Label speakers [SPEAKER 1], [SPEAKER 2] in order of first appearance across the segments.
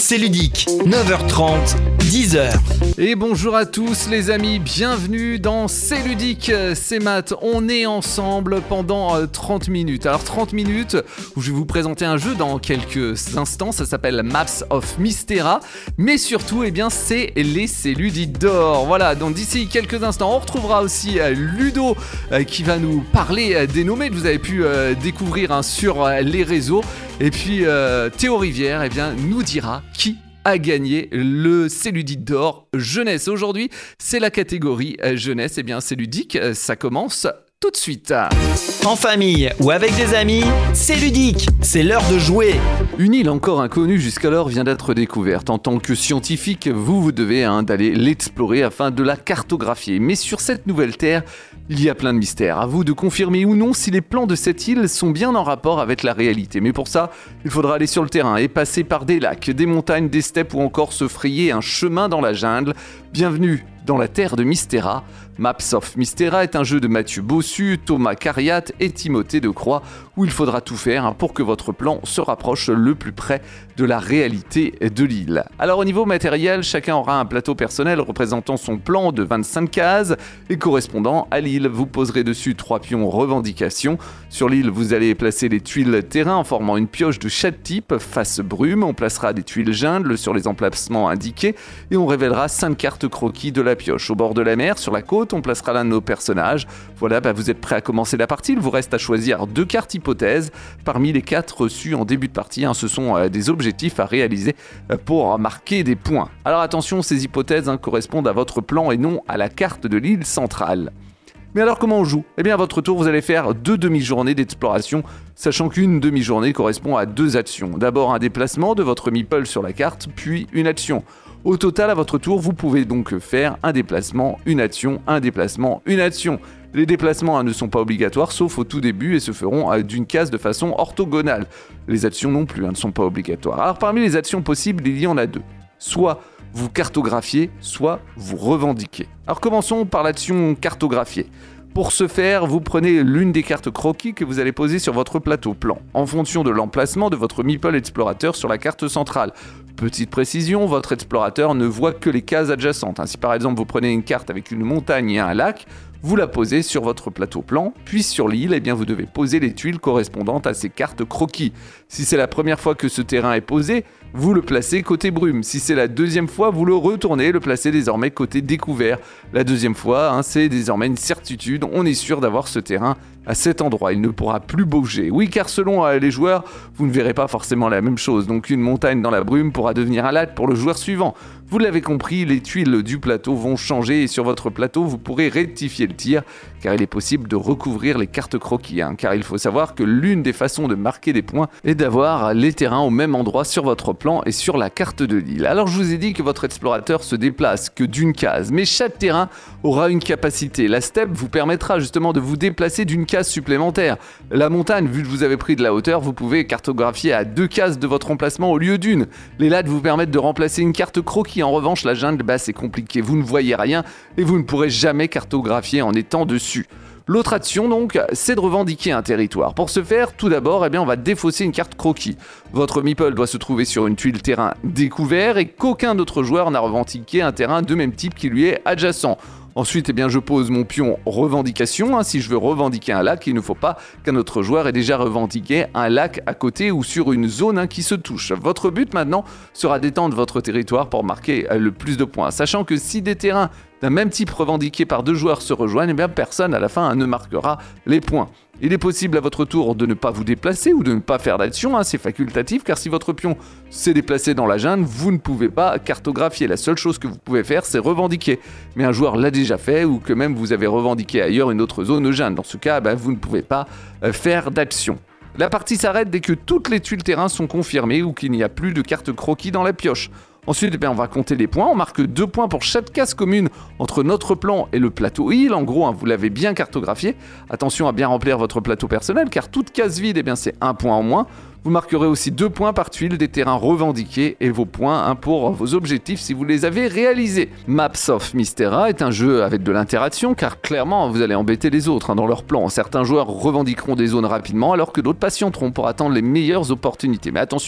[SPEAKER 1] C'est ludique, 9h30, 10h.
[SPEAKER 2] Et bonjour à tous les amis, bienvenue dans C'est ludique, c'est Matt. On est ensemble pendant 30 minutes. Alors 30 minutes où je vais vous présenter un jeu dans quelques instants, ça s'appelle Maps of Mystera. Mais surtout, c'est les C'est ludique d'or. Voilà, donc d'ici quelques instants, on retrouvera aussi Ludo qui va nous parler des nommés que vous avez pu découvrir sur les réseaux. Et puis Théo Rivière nous dira qui a gagné le C'est ludique d'or jeunesse. Aujourd'hui, c'est la catégorie jeunesse. C'est ludique, ça commence tout de suite.
[SPEAKER 1] En famille ou avec des amis, c'est ludique, c'est l'heure de jouer.
[SPEAKER 2] Une île encore inconnue jusqu'alors vient d'être découverte. En tant que scientifique, vous devez d'aller l'explorer afin de la cartographier. Mais sur cette nouvelle terre, il y a plein de mystères. À vous de confirmer ou non si les plans de cette île sont bien en rapport avec la réalité. Mais pour ça, il faudra aller sur le terrain et passer par des lacs, des montagnes, des steppes ou encore se frayer un chemin dans la jungle. Bienvenue dans la terre de Mystera. Maps of Mystera est un jeu de Mathieu Bossu, Thomas Cariat et Timothée Decroix où il faudra tout faire pour que votre plan se rapproche le plus près de la réalité de l'île. Alors au niveau matériel, chacun aura un plateau personnel représentant son plan de 25 cases et correspondant à l'île. Vous poserez dessus 3 pions revendication. Sur l'île, vous allez placer les tuiles terrain en formant une pioche de chaque type. Face brume, on placera des tuiles jungle sur les emplacements indiqués et on révélera 5 cartes croquis de la pioche. Au bord de la mer, sur la côte, on placera l'un de nos personnages. Voilà, vous êtes prêts à commencer la partie. Il vous reste à choisir 2 cartes hypothèses parmi les 4 reçues en début de partie. Ce sont des objectifs à réaliser pour marquer des points. Alors attention, ces hypothèses correspondent à votre plan et non à la carte de l'île centrale. Mais alors comment on joue ? À votre tour, vous allez faire 2 demi-journées d'exploration, sachant qu'une demi-journée correspond à 2 actions. D'abord un déplacement de votre meeple sur la carte, puis une action. Au total, à votre tour, vous pouvez donc faire un déplacement, une action, un déplacement, une action. Les déplacements ne sont pas obligatoires, sauf au tout début, et se feront d'une case de façon orthogonale. Les actions non plus ne sont pas obligatoires. Alors parmi les actions possibles, il y en a 2. Soit vous cartographiez, soit vous revendiquez. Alors commençons par l'action cartographier. Pour ce faire, vous prenez l'une des cartes croquis que vous allez poser sur votre plateau plan, en fonction de l'emplacement de votre meeple explorateur sur la carte centrale. Petite précision, votre explorateur ne voit que les cases adjacentes. Si par exemple vous prenez une carte avec une montagne et un lac, vous la posez sur votre plateau plan, puis sur l'île, vous devez poser les tuiles correspondantes à ces cartes croquis. Si c'est la première fois que ce terrain est posé, vous le placez côté brume. Si c'est la deuxième fois, vous le retournez, le placez désormais côté découvert. La deuxième fois, c'est désormais une certitude, on est sûr d'avoir ce terrain à cet endroit, il ne pourra plus bouger. Oui, car selon les joueurs, vous ne verrez pas forcément la même chose. Donc une montagne dans la brume pourra devenir un lac pour le joueur suivant. Vous l'avez compris, les tuiles du plateau vont changer et sur votre plateau, vous pourrez rectifier le tir, car il est possible de recouvrir les cartes croquis. Car il faut savoir que l'une des façons de marquer des points est d'avoir les terrains au même endroit sur votre plan et sur la carte de l'île. Alors je vous ai dit que votre explorateur se déplace que d'une case, mais chaque terrain aura une capacité. La steppe vous permettra justement de vous déplacer d'une case supplémentaire. La montagne, vu que vous avez pris de la hauteur, vous pouvez cartographier à 2 cases de votre emplacement au lieu d'une. Les lacs vous permettent de remplacer une carte croquis. En revanche, la jungle, c'est compliqué. Vous ne voyez rien et vous ne pourrez jamais cartographier en étant dessus. L'autre action donc, c'est de revendiquer un territoire. Pour ce faire, tout d'abord, on va défausser une carte croquis. Votre meeple doit se trouver sur une tuile terrain découvert et qu'aucun autre joueur n'a revendiqué un terrain de même type qui lui est adjacent. Ensuite, je pose mon pion revendication. Si je veux revendiquer un lac, il ne faut pas qu'un autre joueur ait déjà revendiqué un lac à côté ou sur une zone qui se touche. Votre but maintenant sera d'étendre votre territoire pour marquer le plus de points. Sachant que si des terrains d'un même type revendiqués par 2 joueurs se rejoignent, personne à la fin ne marquera les points. Il est possible à votre tour de ne pas vous déplacer ou de ne pas faire d'action, c'est facultatif, car si votre pion s'est déplacé dans la jungle, vous ne pouvez pas cartographier. La seule chose que vous pouvez faire, c'est revendiquer. Mais un joueur l'a déjà fait, ou que même vous avez revendiqué ailleurs une autre zone jungle. Dans ce cas, vous ne pouvez pas faire d'action. La partie s'arrête dès que toutes les tuiles terrain sont confirmées ou qu'il n'y a plus de cartes croquis dans la pioche. Ensuite, on va compter les points. On marque 2 points pour chaque case commune entre notre plan et le plateau île. En gros, vous l'avez bien cartographié. Attention à bien remplir votre plateau personnel, car toute case vide, c'est 1 point en moins. Vous marquerez aussi 2 points par tuile des terrains revendiqués et vos points pour vos objectifs si vous les avez réalisés. Maps of Mystera est un jeu avec de l'interaction, car clairement, vous allez embêter les autres dans leur plan. Certains joueurs revendiqueront des zones rapidement, alors que d'autres patienteront pour attendre les meilleures opportunités. Mais attention,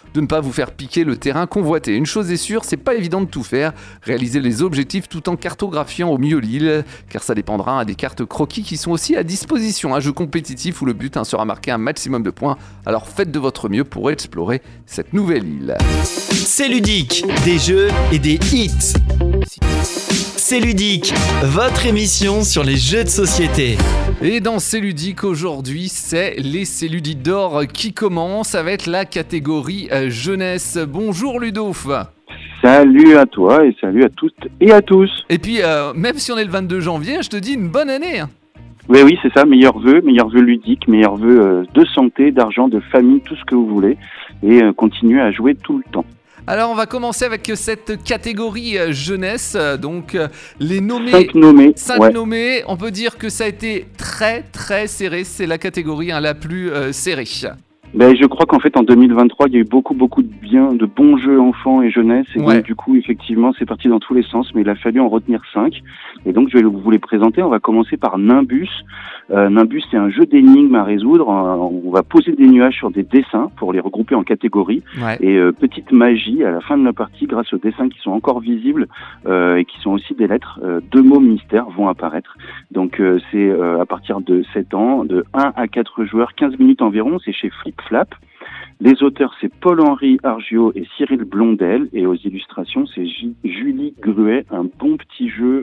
[SPEAKER 2] de ne pas vous faire piquer le terrain convoité. Une chose est sûre, c'est pas évident de tout faire, réaliser les objectifs tout en cartographiant au mieux l'île, car ça dépendra des cartes croquis qui sont aussi à disposition. Un jeu compétitif où le but sera marquer un maximum de points, alors faites de votre mieux pour explorer cette nouvelle île.
[SPEAKER 1] C'est ludique, des jeux et des hits. C'est ludique, votre émission sur les jeux de société.
[SPEAKER 2] Et dans C'est ludique aujourd'hui, c'est les C'est ludique d'or qui commencent avec la catégorie jeunesse. Bonjour Ludo.
[SPEAKER 3] Salut à toi et salut à toutes et à tous.
[SPEAKER 2] Et puis même si on est le 22 janvier, je te dis une bonne année.
[SPEAKER 3] Oui, c'est ça, meilleurs vœux ludiques, meilleurs vœux de santé, d'argent, de famille, tout ce que vous voulez. Et continuez à jouer tout le temps.
[SPEAKER 2] Alors on va commencer avec cette catégorie jeunesse, donc les nommés.
[SPEAKER 3] 5
[SPEAKER 2] nommés, on peut dire que ça a été très très serré, c'est la catégorie la plus serrée.
[SPEAKER 3] Je crois qu'en fait en 2023 il y a eu beaucoup de bons jeux enfants et jeunesse et donc du coup effectivement c'est parti dans tous les sens, mais il a fallu en retenir 5 et donc je vais vous les présenter. On va commencer par Nimbus. Nimbus, c'est un jeu d'énigmes à résoudre. On va poser des nuages sur des dessins pour les regrouper en catégories et petite magie à la fin de la partie, grâce aux dessins qui sont encore visibles et qui sont aussi des lettres, 2 mots mystères vont apparaître. Donc c'est à partir de 7 ans, de 1 à 4 joueurs, 15 minutes environ. C'est chez Flip Flap. Les auteurs, c'est Paul-Henri Argiot et Cyril Blondel. Et aux illustrations, c'est Julie Gruet. Un bon petit jeu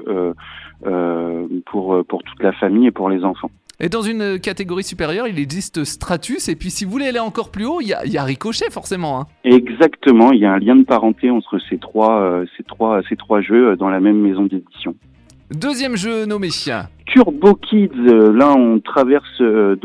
[SPEAKER 3] pour toute la famille et pour les enfants.
[SPEAKER 2] Et dans une catégorie supérieure, il existe Stratus. Et puis si vous voulez aller encore plus haut, il y a Ricochet forcément.
[SPEAKER 3] Exactement, il y a un lien de parenté entre ces trois jeux dans la même maison d'édition.
[SPEAKER 2] Deuxième jeu nommé.
[SPEAKER 3] Turbo Kids, là on traverse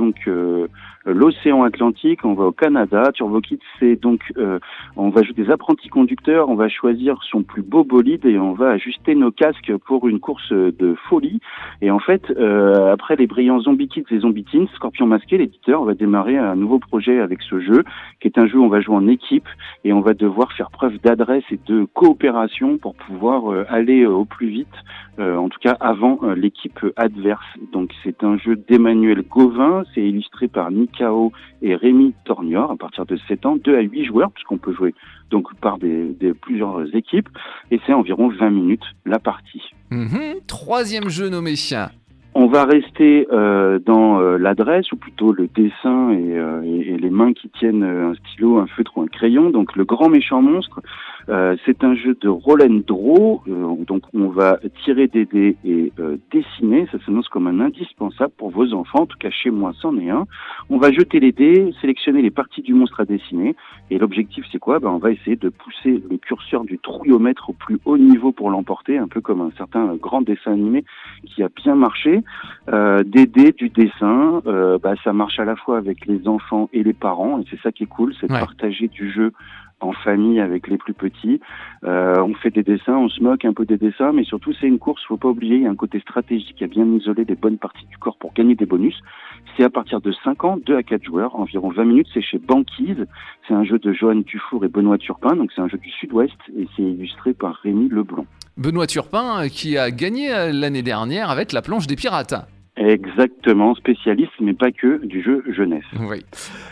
[SPEAKER 3] l'océan Atlantique, on va au Canada. Turbo Kids, c'est donc on va jouer des apprentis conducteurs, on va choisir son plus beau bolide et on va ajuster nos casques pour une course de folie. Et en fait, après les brillants Zombie Kids et Zombie Teens, Scorpion Masqué, l'éditeur, va démarrer un nouveau projet avec ce jeu, qui est un jeu où on va jouer en équipe et on va devoir faire preuve d'adresse et de coopération pour pouvoir aller au plus vite, en tout cas avant l'équipe adverse. Donc c'est un jeu d'Emmanuel Gauvin, c'est illustré par Nikao et Rémi Tornior à partir de 7 ans, 2 à 8 joueurs, puisqu'on peut jouer donc par plusieurs équipes, et c'est environ 20 minutes la partie.
[SPEAKER 2] Troisième jeu nommé.
[SPEAKER 3] On va rester dans l'adresse, ou plutôt le dessin et les mains qui tiennent un stylo, un feutre ou un crayon. Donc le grand méchant monstre, c'est un jeu de roll and draw. Donc on va tirer des dés et dessiner. Ça s'annonce comme un indispensable pour vos enfants. En tout cas chez moi c'en est un. On va jeter les dés, sélectionner les parties du monstre à dessiner. Et l'objectif c'est quoi ? On va essayer de pousser le curseur du trouillomètre au plus haut niveau pour l'emporter, un peu comme un certain grand dessin animé qui a bien marché. Des dés, du dessin, ça marche à la fois avec les enfants et les parents, et c'est ça qui est cool, c'est de partager du jeu en famille avec les plus petits. On fait des dessins, on se moque un peu des dessins, mais surtout c'est une course, faut pas oublier, il y a un côté stratégique à bien isoler des bonnes parties du corps pour gagner des bonus. C'est à partir de 5 ans, 2 à 4 joueurs, environ 20 minutes, c'est chez Banquise. C'est un jeu de Johan Dufour et Benoît Turpin, donc c'est un jeu du Sud-Ouest et c'est illustré par Rémi Leblanc.
[SPEAKER 2] Benoît Turpin qui a gagné l'année dernière avec La Planche des Pirates.
[SPEAKER 3] Exactement, spécialiste, mais pas que, du jeu jeunesse.
[SPEAKER 2] Oui.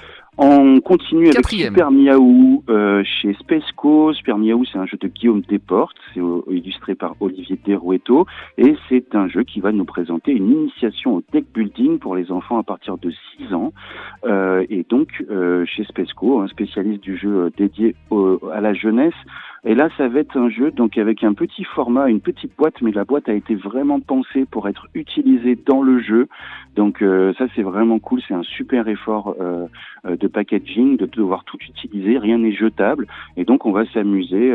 [SPEAKER 3] On continue avec
[SPEAKER 2] 4e.
[SPEAKER 3] Super Miaou chez Spesco. Super Miaou, c'est un jeu de Guillaume Desportes, c'est illustré par Olivier Derueto, et c'est un jeu qui va nous présenter une initiation au deck building pour les enfants à partir de 6 ans. Et donc, chez Spesco, un spécialiste du jeu dédié à la jeunesse. Et là, ça va être un jeu donc avec un petit format, une petite boîte, mais la boîte a été vraiment pensée pour être utilisée dans le jeu. Donc ça, c'est vraiment cool. C'est un super effort de packaging, de devoir tout utiliser. Rien n'est jetable. Et donc, on va s'amuser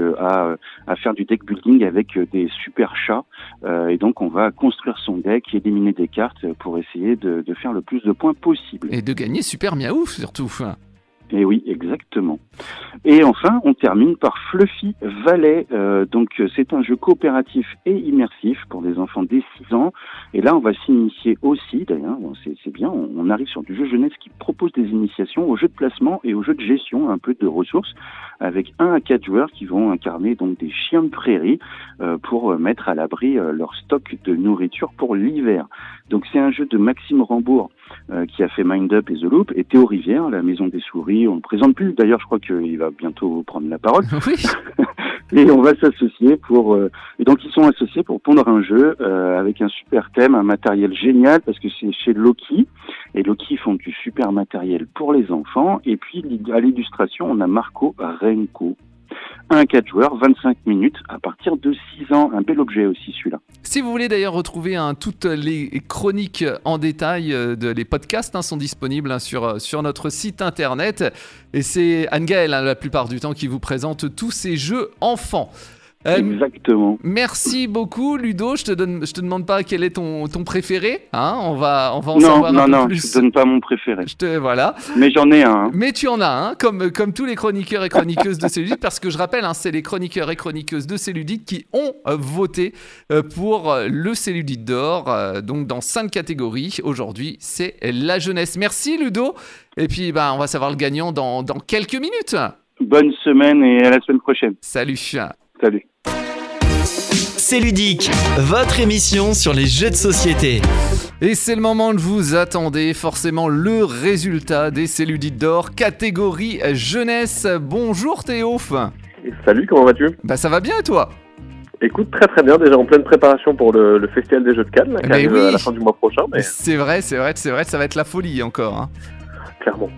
[SPEAKER 3] à faire du deck building avec des super chats. Et donc, on va construire son deck, éliminer des cartes pour essayer de faire le plus de points possible.
[SPEAKER 2] Et de gagner Super Miaou surtout.
[SPEAKER 3] Et oui, exactement. Et enfin, on termine par Fluffy Valley. Donc, c'est un jeu coopératif et immersif pour des enfants dès 6 ans. Et là, on va s'initier aussi, d'ailleurs, c'est bien, on arrive sur du jeu jeunesse qui propose des initiations aux jeux de placement et aux jeux de gestion, un peu de ressources, avec 1 à 4 joueurs qui vont incarner donc des chiens de prairie pour mettre à l'abri leur stock de nourriture pour l'hiver. Donc c'est un jeu de Maxime Rambourg qui a fait Mind Up et The Loop, et Théo Rivière, la Maison des Souris. On ne le présente plus, d'ailleurs je crois qu'il va bientôt prendre la parole.
[SPEAKER 2] Oui.
[SPEAKER 3] Et on va s'associer et donc ils sont associés pour pondre un jeu avec un super thème, un matériel génial, parce que c'est chez Loki, et Loki font du super matériel pour les enfants. Et puis à l'illustration, on a Marco Renko. Un 4 joueurs, 25 minutes, à partir de 6 ans. Un bel objet aussi, celui-là.
[SPEAKER 2] Si vous voulez d'ailleurs retrouver toutes les chroniques en détail, les podcasts sont disponibles sur notre site internet. Et c'est Anne-Gaëlle, la plupart du temps, qui vous présente tous ces jeux enfants.
[SPEAKER 3] Exactement.
[SPEAKER 2] Merci beaucoup, Ludo. Je te demande pas quel est ton préféré. On va en savoir un peu plus.
[SPEAKER 3] Non, je te donne pas mon préféré.
[SPEAKER 2] Voilà.
[SPEAKER 3] Mais j'en ai un.
[SPEAKER 2] Mais tu en as un, comme tous les chroniqueurs et chroniqueuses de C'est Ludique, parce que je rappelle, c'est les chroniqueurs et chroniqueuses de C'est Ludique qui ont voté pour le C'est Ludique d'or. Donc dans 5 catégories. Aujourd'hui, c'est la jeunesse. Merci, Ludo. Et puis, on va savoir le gagnant dans quelques minutes.
[SPEAKER 3] Bonne semaine et à la semaine prochaine.
[SPEAKER 2] Salut.
[SPEAKER 3] Salut.
[SPEAKER 1] C'est Ludique, votre émission sur les jeux de société.
[SPEAKER 2] Et c'est le moment que vous attendez, forcément le résultat des C'est Ludique d'or, catégorie jeunesse. Bonjour Théo.
[SPEAKER 4] Salut, comment vas-tu ?
[SPEAKER 2] Ça va bien et toi ?
[SPEAKER 4] Écoute, très très bien, déjà en pleine préparation pour le Festival des Jeux de Cannes, qui arrive à la fin du mois prochain. Mais... C'est
[SPEAKER 2] vrai, ça va être la folie encore.
[SPEAKER 4] Clairement.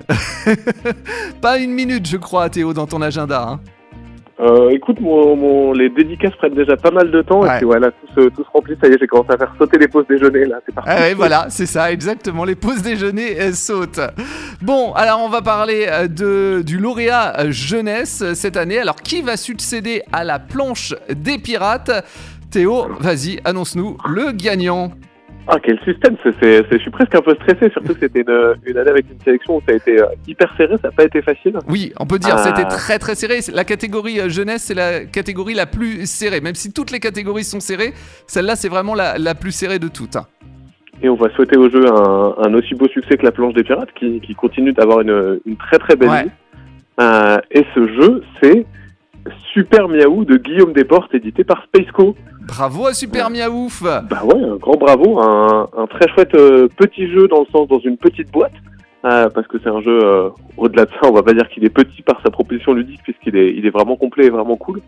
[SPEAKER 2] Pas une minute, je crois, Théo, dans ton agenda.
[SPEAKER 4] Écoute, les dédicaces prennent déjà pas mal de temps, et puis voilà, tout se remplit, ça y est, j'ai commencé à faire sauter les pauses déjeuner, là, c'est parti.
[SPEAKER 2] Voilà, c'est ça, exactement, les pauses déjeuner sautent. Bon, alors on va parler du lauréat jeunesse cette année. Alors, qui va succéder à la planche des pirates ? Théo, vas-y, annonce-nous le gagnant.
[SPEAKER 4] Ah, quel suspense, je suis presque un peu stressé, surtout que c'était une année avec une sélection où ça a été hyper serré, ça n'a pas été facile.
[SPEAKER 2] Oui, on peut dire que c'était très très serré. La catégorie jeunesse, c'est la catégorie la plus serrée. Même si toutes les catégories sont serrées, celle-là, c'est vraiment la plus serrée de toutes.
[SPEAKER 4] Et on va souhaiter au jeu un aussi beau succès que la planche des pirates, qui continue d'avoir une très très belle vie. Et ce jeu, c'est Super Miaou de Guillaume Desportes, édité par Spaceco.
[SPEAKER 2] Bravo à Super Miaouf.
[SPEAKER 4] Un grand bravo, un très chouette petit jeu dans une petite boîte, parce que c'est un jeu, au-delà de ça, on va pas dire qu'il est petit par sa proposition ludique, puisqu'il est vraiment complet et vraiment cool,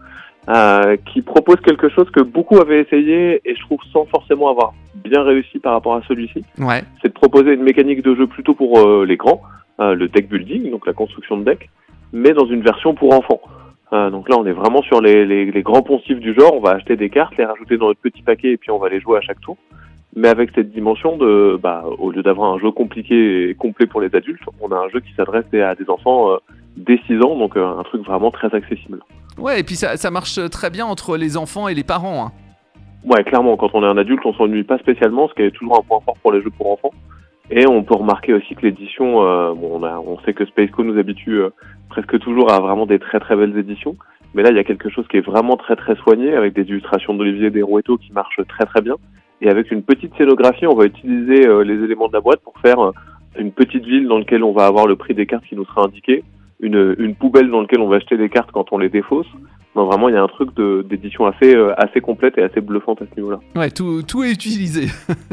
[SPEAKER 4] qui propose quelque chose que beaucoup avaient essayé, et je trouve sans forcément avoir bien réussi par rapport à celui-ci. C'est de proposer une mécanique de jeu plutôt pour les grands, le deck building, donc la construction de deck, mais dans une version pour enfants. Donc là, on est vraiment sur les grands poncifs du genre. On va acheter des cartes, les rajouter dans notre petit paquet et puis on va les jouer à chaque tour. Mais avec cette dimension au lieu d'avoir un jeu compliqué et complet pour les adultes, on a un jeu qui s'adresse à des enfants dès 6 ans, donc un truc vraiment très accessible.
[SPEAKER 2] Ouais, et puis ça marche très bien entre les enfants et les parents.
[SPEAKER 4] Ouais, clairement, quand on est un adulte, on s'ennuie pas spécialement, ce qui est toujours un point fort pour les jeux pour enfants. Et on peut remarquer aussi que l'édition, on sait que Spaceco nous habitue presque toujours à vraiment des très très belles éditions, mais là il y a quelque chose qui est vraiment très très soigné, avec des illustrations d'Olivier Desrouetto qui marchent très très bien, et avec une petite scénographie, on va utiliser les éléments de la boîte pour faire une petite ville dans laquelle on va avoir le prix des cartes qui nous sera indiqué, une poubelle dans laquelle on va acheter des cartes quand on les défausse. Non, vraiment, il y a un truc d'édition assez complète et assez bluffante à ce niveau-là.
[SPEAKER 2] Ouais, tout est utilisé.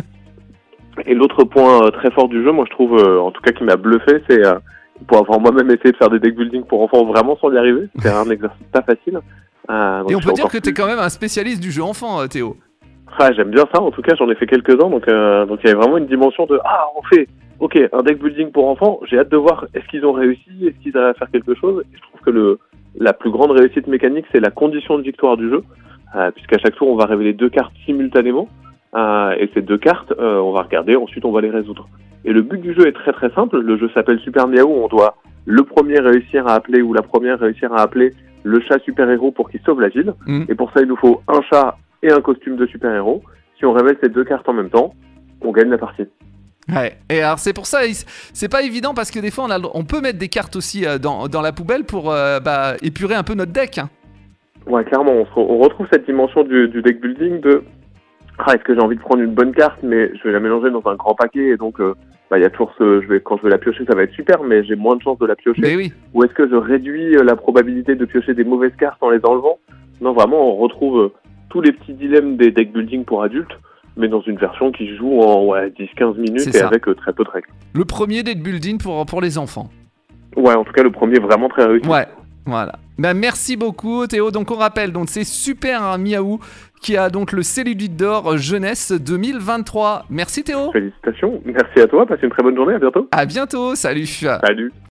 [SPEAKER 4] Et l'autre point très fort du jeu, moi je trouve, en tout cas qui m'a bluffé, c'est pour avoir moi-même essayé de faire des deck building pour enfants vraiment sans y arriver. C'était un exercice pas facile.
[SPEAKER 2] Et on peut dire que t'es quand même un spécialiste du jeu enfant, Théo.
[SPEAKER 4] J'aime bien ça, en tout cas j'en ai fait quelques-uns, donc il y avait vraiment une dimension de on fait un deck building pour enfants, j'ai hâte de voir est-ce qu'ils ont réussi, est-ce qu'ils arrivent à faire quelque chose. Et je trouve que la plus grande réussite mécanique, c'est la condition de victoire du jeu, puisqu'à chaque tour on va révéler 2 cartes simultanément. Et ces 2 cartes, on va regarder, ensuite on va les résoudre. Et le but du jeu est très très simple, le jeu s'appelle Super Miaou, on doit le premier réussir à appeler ou la première réussir à appeler le chat super-héros pour qu'il sauve la ville. Et pour ça il nous faut un chat et un costume de super-héros. Si on révèle ces 2 cartes en même temps, on gagne la partie.
[SPEAKER 2] Ouais, et alors c'est pour ça, c'est pas évident parce que des fois on peut mettre des cartes aussi dans la poubelle pour épurer un peu notre deck.
[SPEAKER 4] Ouais, clairement, on retrouve cette dimension du deck building de est-ce que j'ai envie de prendre une bonne carte, mais je vais la mélanger dans un grand paquet, et donc il y a toujours quand je vais la piocher, ça va être super, mais j'ai moins de chances de la piocher.
[SPEAKER 2] Mais oui.
[SPEAKER 4] Ou est-ce que je réduis la probabilité de piocher des mauvaises cartes en les enlevant ? Non, vraiment, on retrouve tous les petits dilemmes des deck building pour adultes, mais dans une version qui joue en 10-15 minutes
[SPEAKER 2] C'est
[SPEAKER 4] et
[SPEAKER 2] ça.
[SPEAKER 4] avec très peu de règles.
[SPEAKER 2] Le premier deck building pour les enfants.
[SPEAKER 4] Ouais, en tout cas, le premier vraiment très réussi.
[SPEAKER 2] Ouais, voilà. Merci beaucoup Théo. Donc on rappelle, donc c'est Super Miaou qui a donc le Cellulite d'or jeunesse 2023. Merci Théo.
[SPEAKER 4] Félicitations, merci à toi, passe une très bonne journée, à bientôt.
[SPEAKER 2] À bientôt, salut.
[SPEAKER 4] Salut.